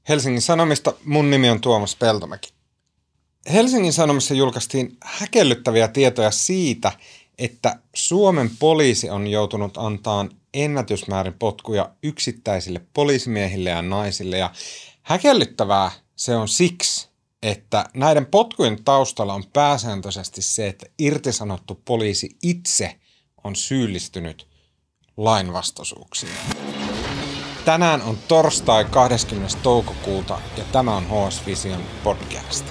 Helsingin Sanomista. Mun nimi on Tuomas Peltomäki. Helsingin Sanomissa julkaistiin häkellyttäviä tietoja siitä, että Suomen poliisi on joutunut antamaan ennätysmäärin potkuja yksittäisille poliisimiehille ja naisille. Ja häkellyttävää se on siksi, että näiden potkujen taustalla on pääsääntöisesti se, että irtisanottu poliisi itse on syyllistynyt lainvastaisuuksiin. Tänään on torstai 20. toukokuuta ja tämä on HS Vision podcast.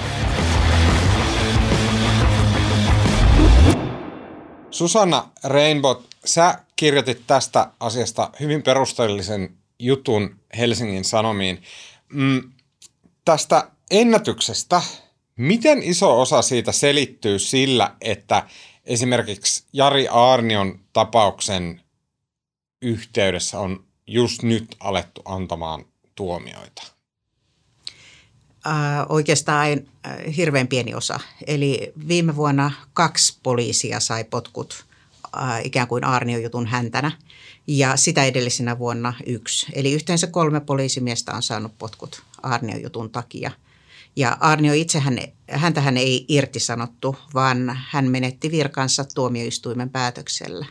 Susanna Reinbot, sä kirjoitit tästä asiasta hyvin perusteellisen jutun Helsingin Sanomiin. Tästä ennätyksestä, miten iso osa siitä selittyy sillä, että esimerkiksi Jari Aarnion tapauksen yhteydessä on just nyt alettu antamaan tuomioita? Oikeastaan hirveän pieni osa. Eli viime vuonna 2 poliisia sai potkut ikään kuin Aarnion jutun häntänä ja sitä edellisenä vuonna 1. Eli yhteensä 3 poliisimiestä on saanut potkut Aarnion jutun takia. Ja Aarnio itse häntähän ei irtisanottu, vaan hän menetti virkansa tuomioistuimen päätöksellä.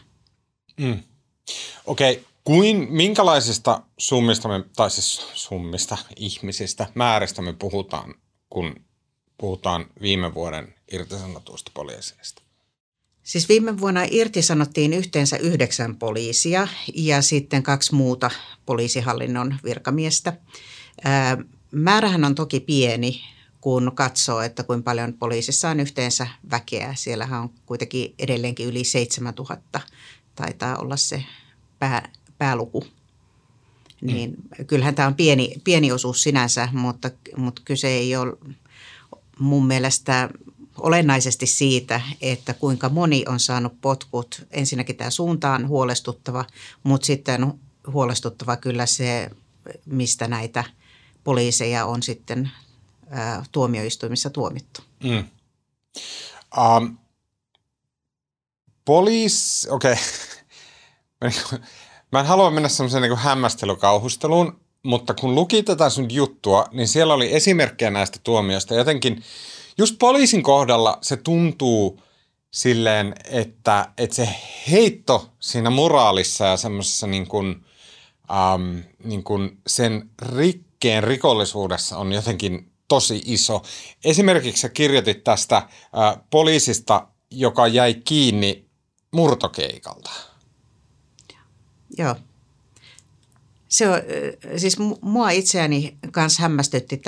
Okei. Minkälaisista summista, ihmisistä, määristä me puhutaan, kun puhutaan viime vuoden irtisanotuista poliiseista? Siis viime vuonna irtisanottiin yhteensä 9 poliisia ja sitten 2 muuta poliisihallinnon virkamiestä. Määrähän on toki pieni, kun katsoo, että kuinka paljon poliisissa on yhteensä väkeä. Siellähän on kuitenkin edelleenkin yli 7000, taitaa olla se pääluku. Niin kyllähän tämä on pieni osuus sinänsä, mutta kyse ei ole mun mielestä olennaisesti siitä, että kuinka moni on saanut potkut. Ensinnäkin tämä suunta on huolestuttava, mutta sitten huolestuttava kyllä se, mistä näitä poliiseja on sitten tuomioistuimissa tuomittu. Okei. Mä en halua mennä semmoiseen niin hämmästelykauhusteluun, mutta kun luki tätä sun juttua, niin siellä oli esimerkkejä näistä tuomioista. Jotenkin just poliisin kohdalla se tuntuu silleen, että se heitto siinä moraalissa ja semmoisessa niin kuin sen rikkeen rikollisuudessa on jotenkin tosi iso. Esimerkiksi sä kirjoitit tästä poliisista, joka jäi kiinni murtokeikalta. Joo. Se on, siis mua itseäni kanssa hämmästytti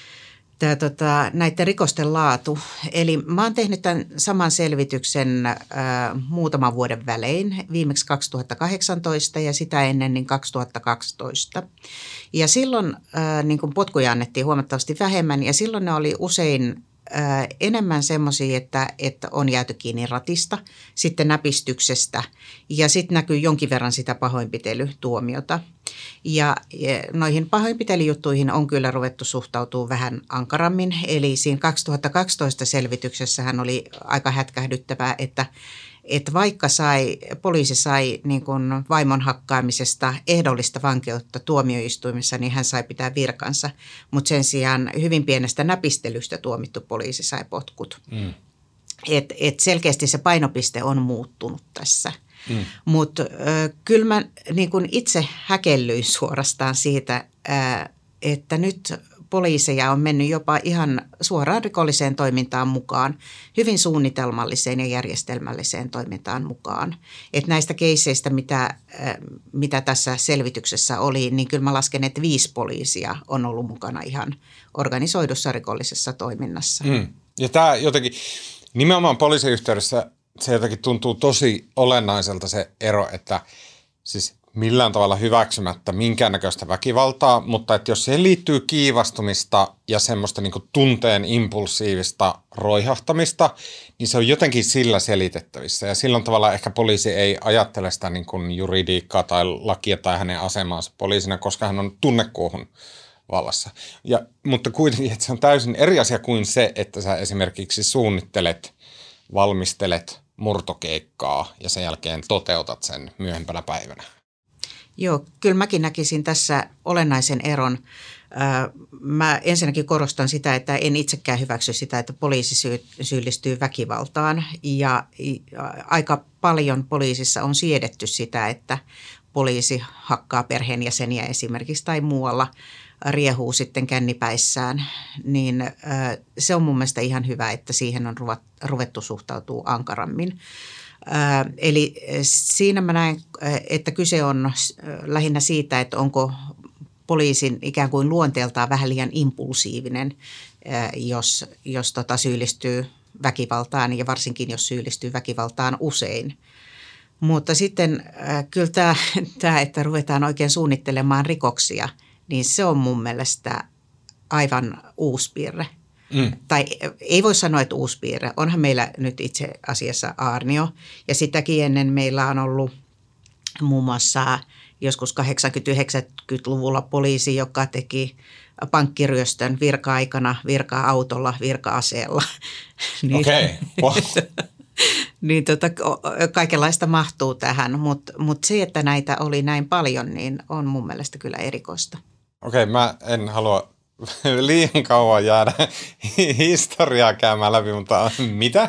näiden rikosten laatu. Eli mä oon tehnyt tämän saman selvityksen muutaman vuoden välein, viimeksi 2018 ja sitä ennen niin 2012. Ja silloin niin kun potkuja annettiin huomattavasti vähemmän ja silloin ne oli usein enemmän semmoisia, että on jääty kiinni ratista, sitten näpistyksestä ja sitten näkyy jonkin verran sitä pahoinpitelytuomiota. Ja noihin pahoinpitelyjuttuihin on kyllä ruvettu suhtautua vähän ankarammin. Eli siinä 2012 selvityksessähän oli aika hätkähdyttävää, että vaikka poliisi sai niin kuin vaimon hakkaamisesta ehdollista vankeutta tuomioistuimessa, niin hän sai pitää virkansa. Mutta sen sijaan hyvin pienestä näpistelystä tuomittu poliisi sai potkut. Et selkeästi se painopiste on muuttunut tässä. Mutta kyllä mä niin kun itse häkellyin suorastaan siitä, että nyt poliiseja on mennyt jopa ihan suoraan rikolliseen toimintaan mukaan, hyvin suunnitelmalliseen ja järjestelmälliseen toimintaan mukaan. Että näistä keisseistä, mitä tässä selvityksessä oli, niin kyllä mä lasken, että 5 poliisia on ollut mukana ihan organisoidussa rikollisessa toiminnassa. Ja tämä jotenkin, nimenomaan poliisin yhteydessä se jotenkin tuntuu tosi olennaiselta se ero, että siis millään tavalla hyväksymättä minkäännäköistä väkivaltaa, mutta että jos siihen liittyy kiivastumista ja semmoista niin kuin tunteen impulsiivista roihahtamista, niin se on jotenkin sillä selitettävissä. Ja silloin tavalla ehkä poliisi ei ajattele sitä niin kuin juridiikkaa tai lakia tai hänen asemaansa poliisina, koska hän on tunnekuohun vallassa. Mutta kuitenkin, että se on täysin eri asia kuin se, että sä esimerkiksi suunnittelet, valmistelet murtokeikkaa ja sen jälkeen toteutat sen myöhempänä päivänä. Joo, kyllä mäkin näkisin tässä olennaisen eron. Mä ensinnäkin korostan sitä, että en itsekään hyväksy sitä, että poliisi syyllistyy väkivaltaan ja aika paljon poliisissa on siedetty sitä, että poliisi hakkaa perheenjäseniä esimerkiksi tai muualla riehuu sitten kännipäissään, niin se on mun mielestä ihan hyvä, että siihen on ruvettu suhtautua ankarammin. Eli siinä mä näen, että kyse on lähinnä siitä, että onko poliisin ikään kuin luonteeltaan vähän liian impulsiivinen, jos syyllistyy väkivaltaan ja varsinkin jos syyllistyy väkivaltaan usein. Mutta sitten kyllä tämä, että ruvetaan oikein suunnittelemaan rikoksia, niin se on mun mielestä aivan uusi piirre. Tai ei voi sanoa, että uusi piirre. Onhan meillä nyt itse asiassa aarnio ja sitäkin ennen meillä on ollut muun muassa joskus 80-90-luvulla poliisi, joka teki pankkiryöstön virka-aikana, virka-autolla, virka-aseella. Okei, wow. Niin kaikenlaista mahtuu tähän, mutta se, että näitä oli näin paljon, niin on mun mielestä kyllä erikoista. Okei, mä en halua liian kauan jäädä historiaa käymään läpi, mutta mitä?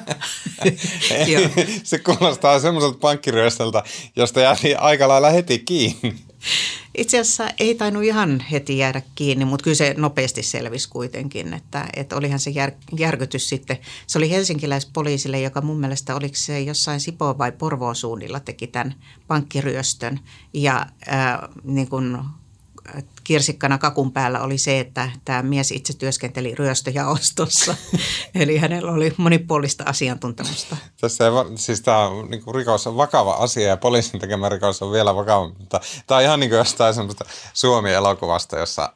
Se kuulostaa semmoiselta pankkiryöstöltä, josta jäätiin aika lailla heti kiinni. Itse asiassa ei tainnut ihan heti jäädä kiinni, mutta kyllä se nopeasti selvisi kuitenkin, että olihan se järkytys sitten. Se oli helsinkiläispoliisille, joka mun mielestä oliko se jossain Sipoon vai Porvoon suunnilla teki tämän pankkiryöstön ja niin kuin kirsikkana kakun päällä oli se, että tämä mies itse työskenteli ryöstöjaostossa, eli hänellä oli monipuolista asiantuntemusta. Tässä siis tämä on, niin kuin rikos on vakava asia ja poliisin tekemä rikos on vielä vakavampi, mutta tämä on ihan niin kuin jostain semmoista Suomi-elokuvasta, jossa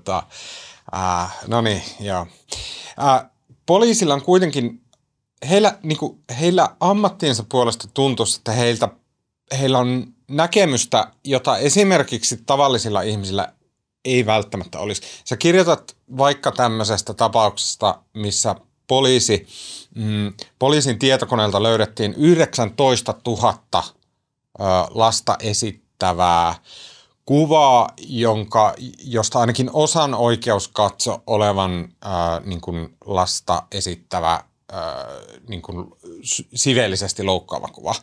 no niin, joo. Poliisilla on kuitenkin, heillä ammattiensa puolesta tuntuisi, että heillä on näkemystä, jota esimerkiksi tavallisilla ihmisillä ei välttämättä olisi. Sä kirjoitat vaikka tämmöisestä tapauksesta, missä poliisin tietokoneelta löydettiin 19 000 lasta esittävää kuvaa, josta ainakin osan oikeus katso olevan niin kuin lasta esittävä niin kuin siveellisesti loukkaava kuva.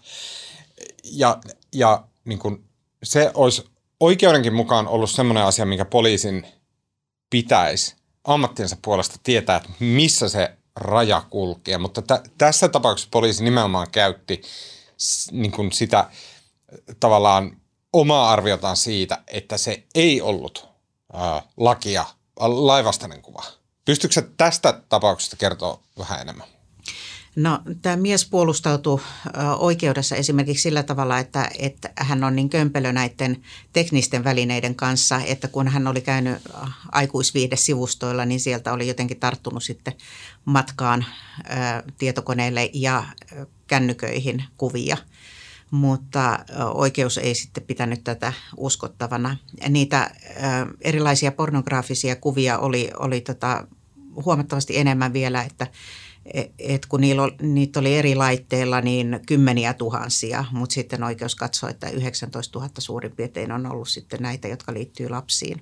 Ja niin kuin se olisi oikeudenkin mukaan ollut semmoinen asia, minkä poliisin pitäisi ammattiensa puolesta tietää, että missä se raja kulkee. Mutta tässä tapauksessa poliisi nimenomaan käytti niin kuin sitä tavallaan omaa arviotaan siitä, että se ei ollut lakia lainvastainen kuva. Pystytkö sä tästä tapauksesta kertoa vähän enemmän? No, tämä mies puolustautui oikeudessa esimerkiksi sillä tavalla, että hän on niin kömpelö näiden teknisten välineiden kanssa, että kun hän oli käynyt aikuisviihdesivustoilla, niin sieltä oli jotenkin tarttunut sitten matkaan tietokoneille ja kännyköihin kuvia. Mutta oikeus ei sitten pitänyt tätä uskottavana. Niitä erilaisia pornograafisia kuvia oli huomattavasti enemmän vielä, että kun niitä oli eri laitteilla niin kymmeniä tuhansia, mutta sitten oikeus katsoi, että 19 000 suurin piirtein on ollut sitten näitä, jotka liittyy lapsiin.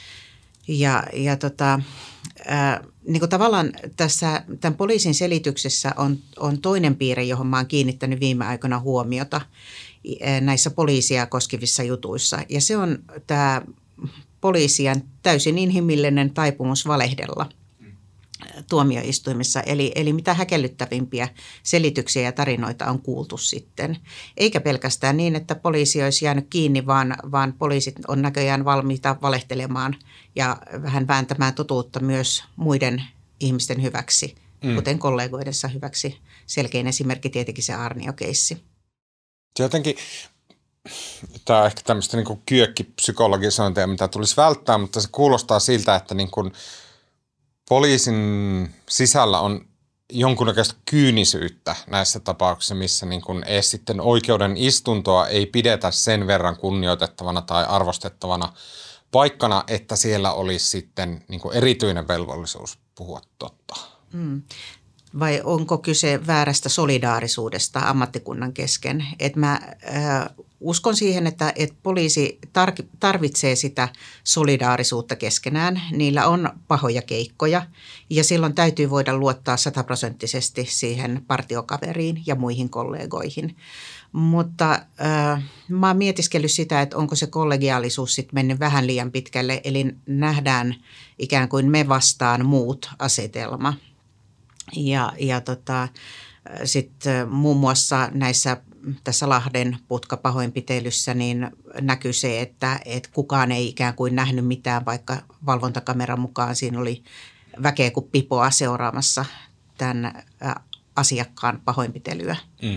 Niin kuin tavallaan tämän poliisin selityksessä on toinen piirre, johon mä oon kiinnittänyt viime aikoina huomiota näissä poliisia koskevissa jutuissa. Ja se on tämä poliisien täysin inhimillinen taipumus valehdella tuomioistuimessa. Eli mitä häkellyttävimpiä selityksiä ja tarinoita on kuultu sitten. Eikä pelkästään niin, että poliisi olisi jäänyt kiinni, vaan poliisit on näköjään valmiita valehtelemaan ja vähän vääntämään totuutta myös muiden ihmisten hyväksi, kuten kollegoidensa hyväksi. Selkein esimerkki tietenkin se Aarnio-keissi. Jotenkin, tämä on ehkä tämmöistä niin kuin kyökkipsykologisointia, mitä tulisi välttää, mutta se kuulostaa siltä, että niin kuin poliisin sisällä on jonkunnäköistä kyynisyyttä näissä tapauksissa, missä niin kuin edes sitten oikeuden istuntoa ei pidetä sen verran kunnioitettavana tai arvostettavana paikkana, että siellä olisi sitten niin kuin erityinen velvollisuus puhua totta. vai onko kyse väärästä solidaarisuudesta ammattikunnan kesken. Et mä uskon siihen, että poliisi tarvitsee sitä solidaarisuutta keskenään. Niillä on pahoja keikkoja ja silloin täytyy voida luottaa 100% siihen partiokaveriin ja muihin kollegoihin. Mutta mä oon mietiskellyt sitä, että onko se kollegiaalisuus sitten mennyt vähän liian pitkälle, eli nähdään ikään kuin me vastaan muut -asetelma. Ja sitten muun muassa tässä Lahden putkapahoinpitelyssä niin näkyy se, että kukaan ei ikään kuin nähnyt mitään, vaikka valvontakameran mukaan siinä oli väkeä kuin pipoa seuraamassa tämän asiakkaan pahoinpitelyä. Mm.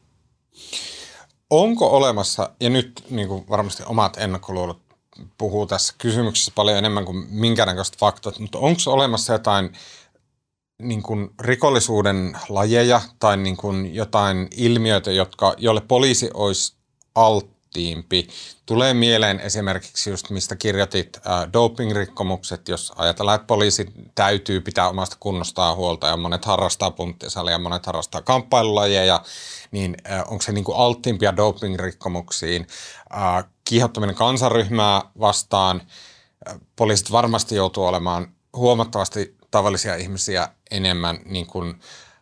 Onko olemassa, ja nyt niin kuin varmasti omat ennakkoluulot puhuu tässä kysymyksessä paljon enemmän kuin minkäännäköistä faktat, mutta onko olemassa jotain niin kuin rikollisuuden lajeja tai niin kuin jotain ilmiöitä, joille poliisi olisi alttiimpi? Tulee mieleen esimerkiksi just mistä kirjoitit dopingrikkomukset, jos ajatellaan, että poliisi täytyy pitää omasta kunnostaan huolta ja monet harrastaa punttisalia ja monet harrastaa kamppailulajeja, niin onko se niin kuin alttiimpia dopingrikkomuksiin? Kiihottaminen kansanryhmää vastaan, poliisit varmasti joutuu olemaan huomattavasti tavallisia ihmisiä enemmän niin kuin,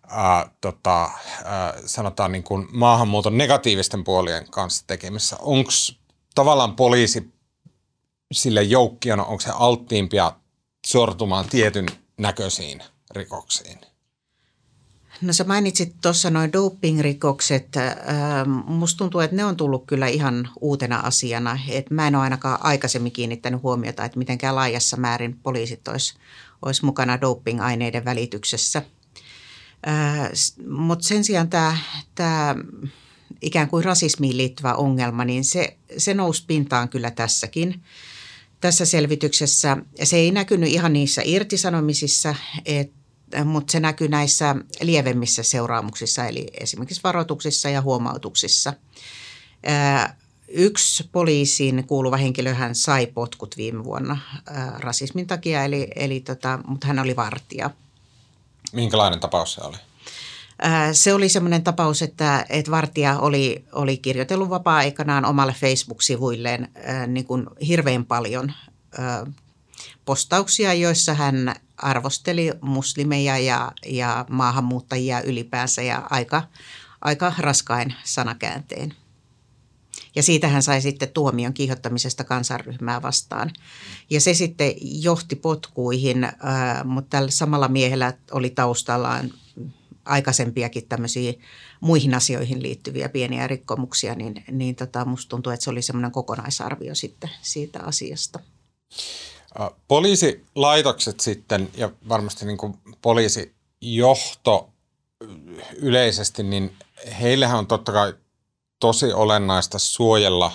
sanotaan niin kuin maahanmuuton negatiivisten puolien kanssa tekemissä. Onko tavallaan poliisi sille joukkiona, onko se alttiimpia sortumaan tietyn näköisiin rikoksiin? No sä mainitsit tuossa noin dopingrikokset. Musta tuntuu, että ne on tullut kyllä ihan uutena asiana. Et mä en ole ainakaan aikaisemmin kiinnittänyt huomiota, että mitenkään laajassa määrin poliisit olisi mukana dopingaineiden välityksessä. Mutta sen sijaan tämä ikään kuin rasismiin liittyvä ongelma, niin se nousi pintaan kyllä tässäkin. Tässä selvityksessä se ei näkynyt ihan niissä irtisanomisissa, mutta se näkyy näissä lievemmissä seuraamuksissa, eli esimerkiksi varoituksissa ja huomautuksissa. Yksi poliisiin kuuluva henkilö hän sai potkut viime vuonna rasismin takia, mutta hän oli vartija. Minkälainen tapaus se oli? Se oli semmoinen tapaus, että vartija oli kirjoitellut vapaa-aikanaan omalle Facebook-sivuilleen niin kuin hirveän paljon postauksia, joissa hän arvosteli muslimeja ja maahanmuuttajia ylipäänsä ja aika raskain sanakääntein. Ja siitä hän sai sitten tuomion kiihottamisesta kansanryhmää vastaan. Ja se sitten johti potkuihin, mutta tällä samalla miehellä oli taustallaan aikaisempiakin tämmöisiä muihin asioihin liittyviä pieniä rikkomuksia, niin musta tuntuu, että se oli semmoinen kokonaisarvio sitten siitä asiasta. Poliisilaitokset sitten ja varmasti niin kuin poliisijohto yleisesti, niin heillähän on totta kai tosi olennaista suojella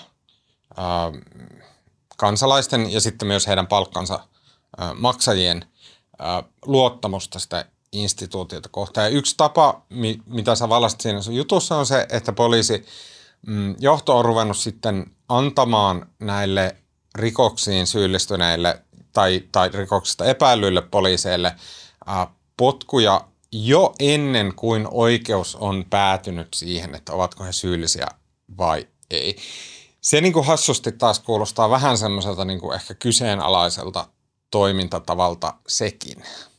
kansalaisten ja sitten myös heidän palkkansa maksajien luottamusta sitä instituutiota kohtaan. Ja yksi tapa, mitä sä valasit siinä sun jutussa, on se, että poliisi johto on ruvennut sitten antamaan näille rikoksiin syyllistyneille tai rikoksista epäilyille poliiseille potkuja jo ennen kuin oikeus on päätynyt siihen, että ovatko he syyllisiä vai ei. Se niin kuin hassusti taas kuulostaa vähän semmoiselta niin kuin ehkä kyseenalaiselta toimintatavalta sekin.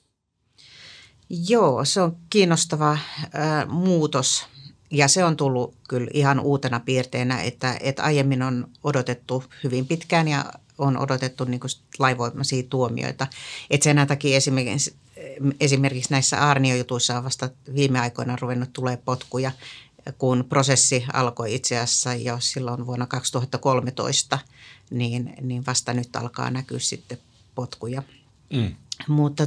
Joo, se on kiinnostava muutos ja se on tullut kyllä ihan uutena piirteenä, että aiemmin on odotettu hyvin pitkään ja on odotettu niin kuin lainvoimaisia tuomioita. Että sen takia esimerkiksi näissä Aarnio-jutuissa on vasta viime aikoina ruvennut tulee potkuja, kun prosessi alkoi itse asiassa jo silloin vuonna 2013, niin vasta nyt alkaa näkyä sitten potkuja. Mutta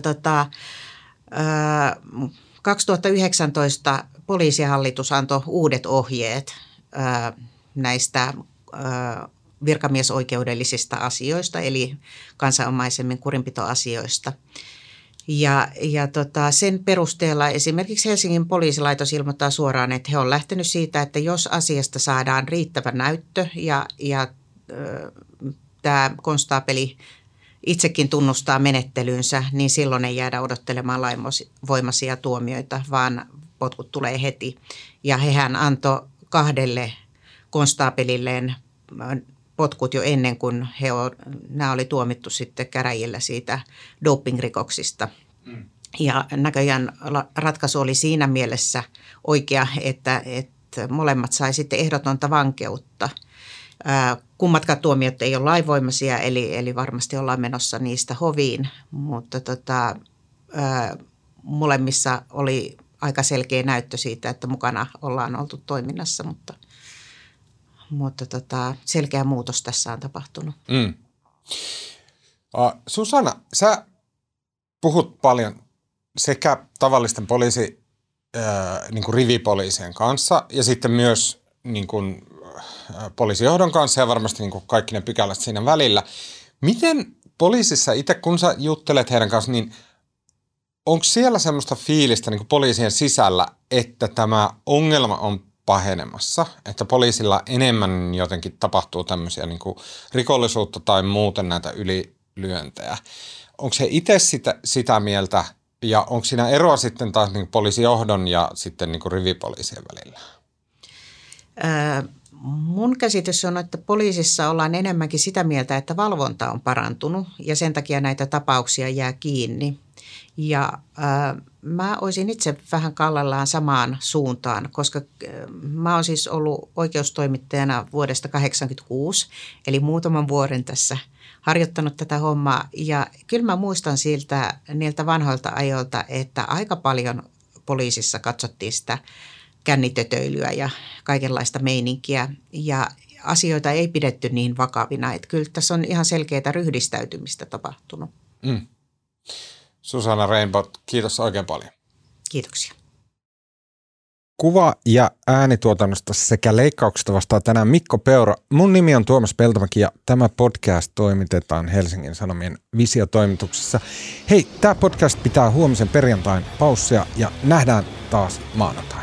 2019 poliisihallitus antoi uudet ohjeet näistä virkamiesoikeudellisista asioista, eli kansanomaisemmin kurinpitoasioista. Ja sen perusteella esimerkiksi Helsingin poliisilaitos ilmoittaa suoraan, että he on lähtenyt siitä, että jos asiasta saadaan riittävä näyttö ja tämä konstaapeli itsekin tunnustaa menettelynsä, niin silloin ei jäädä odottelemaan lainvoimaisia tuomioita, vaan potkut tulee heti. Ja hehän antoi 2 konstaapelilleen potkut jo ennen kuin nämä oli tuomittu sitten käräjillä siitä dopingrikoksista. Ja näköjään ratkaisu oli siinä mielessä oikea, että molemmat sai sitten ehdotonta vankeutta. Kummatkaan tuomiot ei ole lainvoimaisia, eli varmasti ollaan menossa niistä hoviin, mutta molemmissa oli aika selkeä näyttö siitä, että mukana ollaan oltu toiminnassa, mutta selkeä muutos tässä on tapahtunut. Susanna, sä puhut paljon sekä tavallisten niin kuin rivipoliisien kanssa ja sitten myös niin kuin poliisijohdon kanssa ja varmasti niin kuin kaikki ne pykälät siinä välillä. Miten poliisissa itse, kun sä juttelet heidän kanssa, niin onko siellä semmoista fiilistä niin kuin poliisien sisällä, että tämä ongelma on pahenemassa, että poliisilla enemmän jotenkin tapahtuu tämmöisiä niin kuin rikollisuutta tai muuten näitä ylilyöntejä? Onko se itse sitä mieltä ja onko siinä eroa sitten taas niin kuin poliisijohdon ja sitten niin kuin rivipoliisien välillä? Mun käsitys on, että poliisissa ollaan enemmänkin sitä mieltä, että valvonta on parantunut ja sen takia näitä tapauksia jää kiinni. Ja mä olisin itse vähän kallallaan samaan suuntaan, koska mä oon siis ollut oikeustoimittajana vuodesta 1986, eli muutaman vuoden tässä harjoittanut tätä hommaa. Ja kyllä mä muistan niiltä vanhoilta ajoilta, että aika paljon poliisissa katsottiin sitä kännitötöilyä ja kaikenlaista meininkiä ja asioita ei pidetty niin vakavina. Että kyllä tässä on ihan selkeää ryhdistäytymistä tapahtunut. Susanna Rainbow, kiitos oikein paljon. Kiitoksia. Kuva- ja äänituotannosta sekä leikkauksesta vastaa tänään Mikko Peura. Mun nimi on Tuomas Peltomäki ja tämä podcast toimitetaan Helsingin Sanomien Visio-toimituksessa. Hei, tämä podcast pitää huomisen perjantain paussia ja nähdään taas maanantaina.